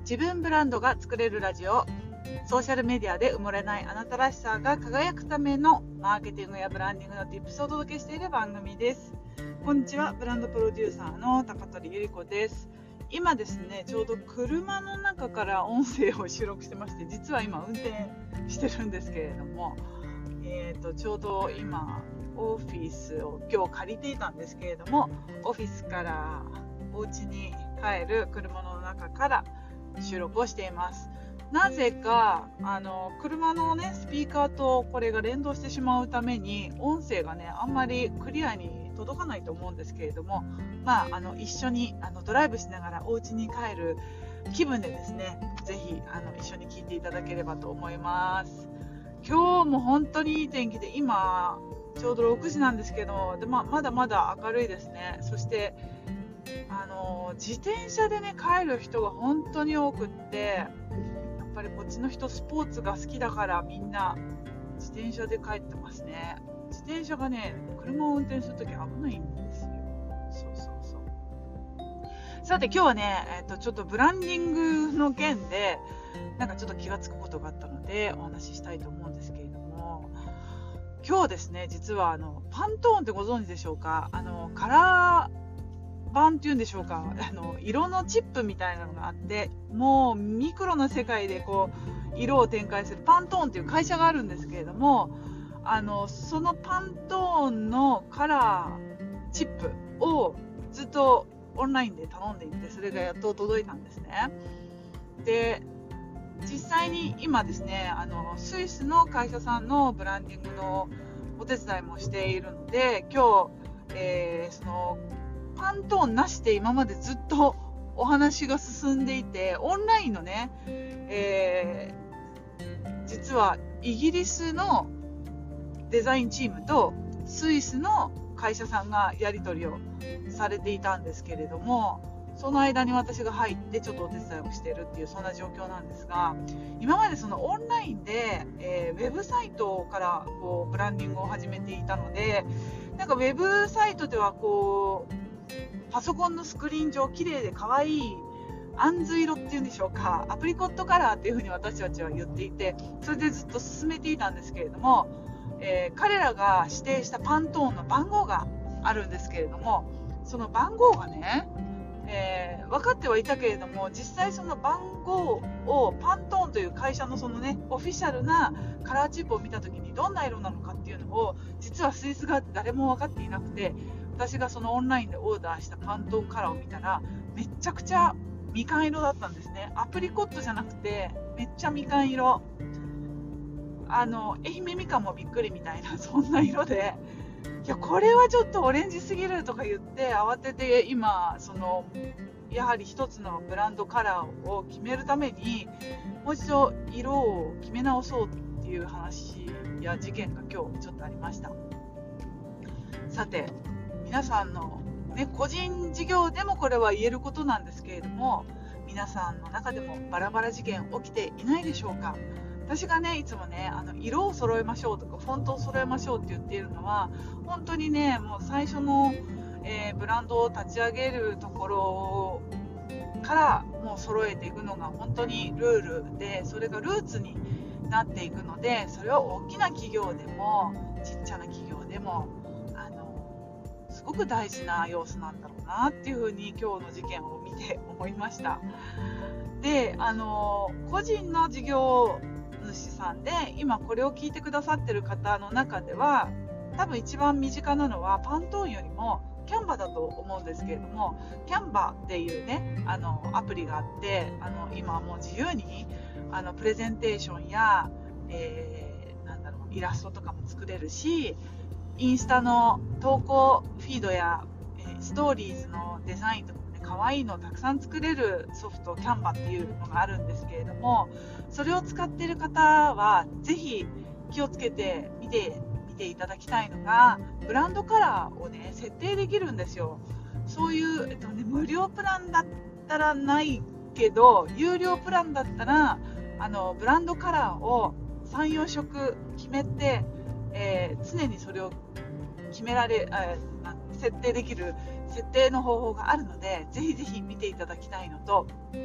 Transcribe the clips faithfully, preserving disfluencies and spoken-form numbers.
自分ブランドが作れるラジオ。ソーシャルメディアで埋もれないあなたらしさが輝くためのマーケティングやブランディングの Tips をお届けしている番組です。こんにちは、ブランドプロデューサーの高取ゆり子です。今ですね、ちょうど車の中から音声を収録してまして、実は今運転してるんですけれども、えーと、ちょうど今オフィスを今日借りていたんですけれども、オフィスからお家に帰る車の中から収録をしています。なぜかあの車のねスピーカーとこれが連動してしまうために音声がねあんまりクリアに届かないと思うんですけれども、まあ、あの一緒にあのドライブしながらお家に帰る気分でですね、ぜひあの一緒に聞いていただければと思います。今日も本当にいい天気で、今ちょうどろくじなんですけど、で、ま、まだまだ明るいですね。そしてあの自転車でね帰る人が本当に多くって、やっぱりこっちの人スポーツが好きだからみんな自転車で帰ってますね。自転車がね車を運転するとき危ないんですよ。そうそうそう。さて今日はね、えっと、ちょっとブランディングの件でなんかちょっと気がつくことがあったのでお話ししたいと思うんですけれども、今日ですね、実はあのパントーンってご存知でしょうか。あのカラー版っていうんでしょうか、あの色のチップみたいなのがあって、もうミクロの世界でこう色を展開するパントーンっていう会社があるんですけれども、あのそのパントーンのカラーチップをずっとオンラインで頼んでいて、それがやっと届いたんですね。で実際に今ですね、あのスイスの会社さんのブランディングのお手伝いもしているので、今日、えー、そのパントーンなしで今までずっとお話が進んでいて、オンラインのね、えー、実はイギリスのデザインチームとスイスの会社さんがやり取りをされていたんですけれども、その間に私が入ってちょっとお手伝いをしているっていう、そんな状況なんですが、今までそのオンラインで、えー、ウェブサイトからこうブランディングを始めていたので、なんかウェブサイトではこうパソコンのスクリーン上綺麗で可愛いあんず色っていうんでしょうか、アプリコットカラーっていう風に私たちは言っていて、それでずっと進めていたんですけれども、えー、彼らが指定したパントーンの番号があるんですけれども、その番号がね、えー、分かってはいたけれども、実際その番号をパントーンという会社のそのねオフィシャルなカラーチップを見たときにどんな色なのかっていうのを実はスイス側って誰も分かっていなくて、私がそのオンラインでオーダーしたパントーンカラーを見たらめっちゃくちゃみかん色だったんですね。アプリコットじゃなくてめっちゃみかん色、あの愛媛みかんもびっくりみたいな、そんな色で、いやこれはちょっとオレンジすぎるとか言って慌てて、今そのやはり一つのブランドカラーを決めるためにもう一度色を決め直そうっていう話や事件が今日ちょっとありました。さて皆さんの、ね、個人事業でもこれは言えることなんですけれども、皆さんの中でもバラバラ事件起きていないでしょうか。私がねいつもねあの色を揃えましょうとかフォントを揃えましょうって言っているのは、本当にねもう最初の、えー、ブランドを立ち上げるところからもう揃えていくのが本当にルールで、それがルーツになっていくので、それは大きな企業でもちっちゃな企業でもすごく大事な要素なんだろうなっていうふうに今日の事件を見て思いました。で、あの個人の事業主さんで今これを聞いてくださってる方の中では、多分一番身近なのはパントーンよりもキャンバだと思うんですけれども、キャンバっていうねあのアプリがあって、あの今もう自由にあのプレゼンテーションや、えー、なんだろうイラストとかも作れるし、インスタの投稿フィードや、えー、ストーリーズのデザインとかもね可愛いのをたくさん作れるソフトキャンバっていうのがあるんですけれども、それを使っている方はぜひ気をつけて見てみていただきたいのが、ブランドカラーをね設定できるんですよ。そういう、えっとね、無料プランだったらないけど有料プランだったらあのブランドカラーをさん、よんしょく決めて、えー、常にそれを決められ、えー、設定できる設定の方法があるので、ぜひぜひ見ていただきたいのと、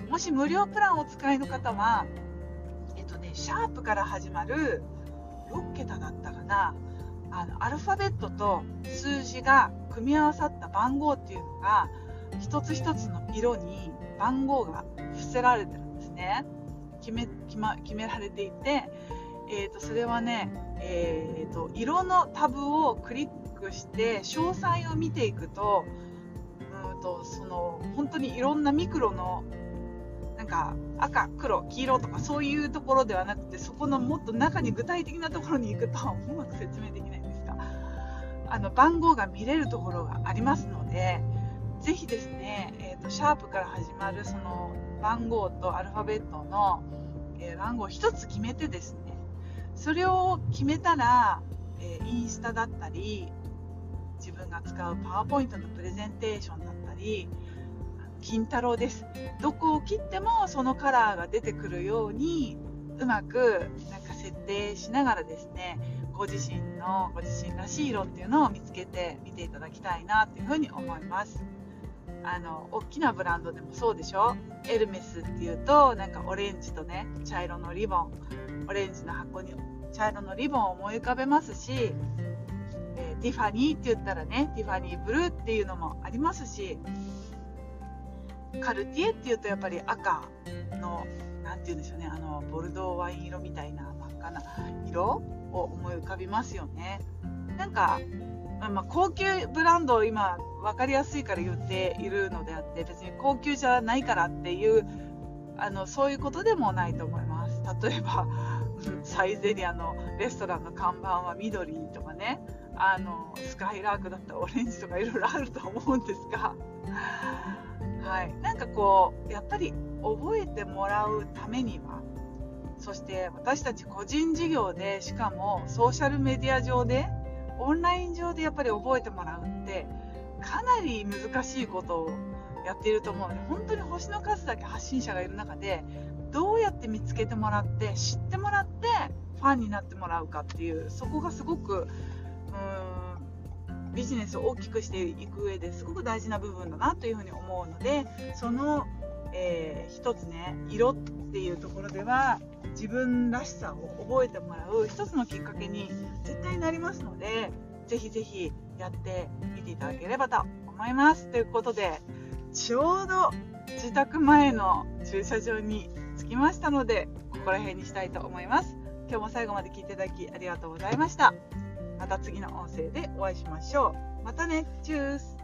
もし無料プランをお使いの方は、えっとね、シャープから始まるろっけただったかな、あのアルファベットと数字が組み合わさった番号っていうのが一つ一つの色に番号が伏せられてるんですね。決め、決ま、決められていて、えー、とそれはね、えー、と色のタブをクリックして詳細を見ていくと、うんとその本当にいろんなミクロのなんか赤、黒、黄色とかそういうところではなくて、そこのもっと中に具体的なところに行くとうまく説明できないんですが、あの番号が見れるところがありますので、ぜひですね、えー、とシャープから始まるその番号とアルファベットの、えー、番号を一つ決めてですね、それを決めたら、えー、インスタだったり自分が使うパワーポイントのプレゼンテーションだったり、金太郎です。どこを切ってもそのカラーが出てくるようにうまくなんか設定しながらですね、ご自身のご自身らしい色っていうのを見つけてみていただきたいなっていうふうに思います。あの大きなブランドでもそうでしょ。エルメスっていうとなんかオレンジとね茶色のリボン、オレンジの箱に茶色のリボンを思い浮かべますし、えー、ティファニーって言ったらねティファニーブルーっていうのもありますし、カルティエっていうとやっぱり赤のなんていうんでしょうね、あのボルドーワイン色みたいな真っ赤な色を思い浮かびますよね。なんか、まあ、高級ブランドを今分かりやすいから言っているのであって、別に高級じゃないからっていうあのそういうことでもないと思います。例えばサイゼリアのレストランの看板は緑とかね、あのスカイラークだったらオレンジとかいろいろあると思うんですが、はい、なんかこうやっぱり覚えてもらうためには、そして私たち個人事業で、しかもソーシャルメディア上でオンライン上でやっぱり覚えてもらうってかなり難しいことをやっていると思うので、本当に星の数だけ発信者がいる中でどうやって見つけてもらって知ってもらってファンになってもらうかっていう、そこがすごくうーんビジネスを大きくしていく上ですごく大事な部分だなというふうに思うので、その、えー、一つね、色っていうところでは自分らしさを覚えてもらう一つのきっかけに絶対になりますので、ぜひぜひやってみていただければと思います。ということで、ちょうど自宅前の駐車場に着きましたので、ここら辺にしたいと思います。今日も最後まで聞いていただきありがとうございました。また次の音声でお会いしましょう。またね。チュース。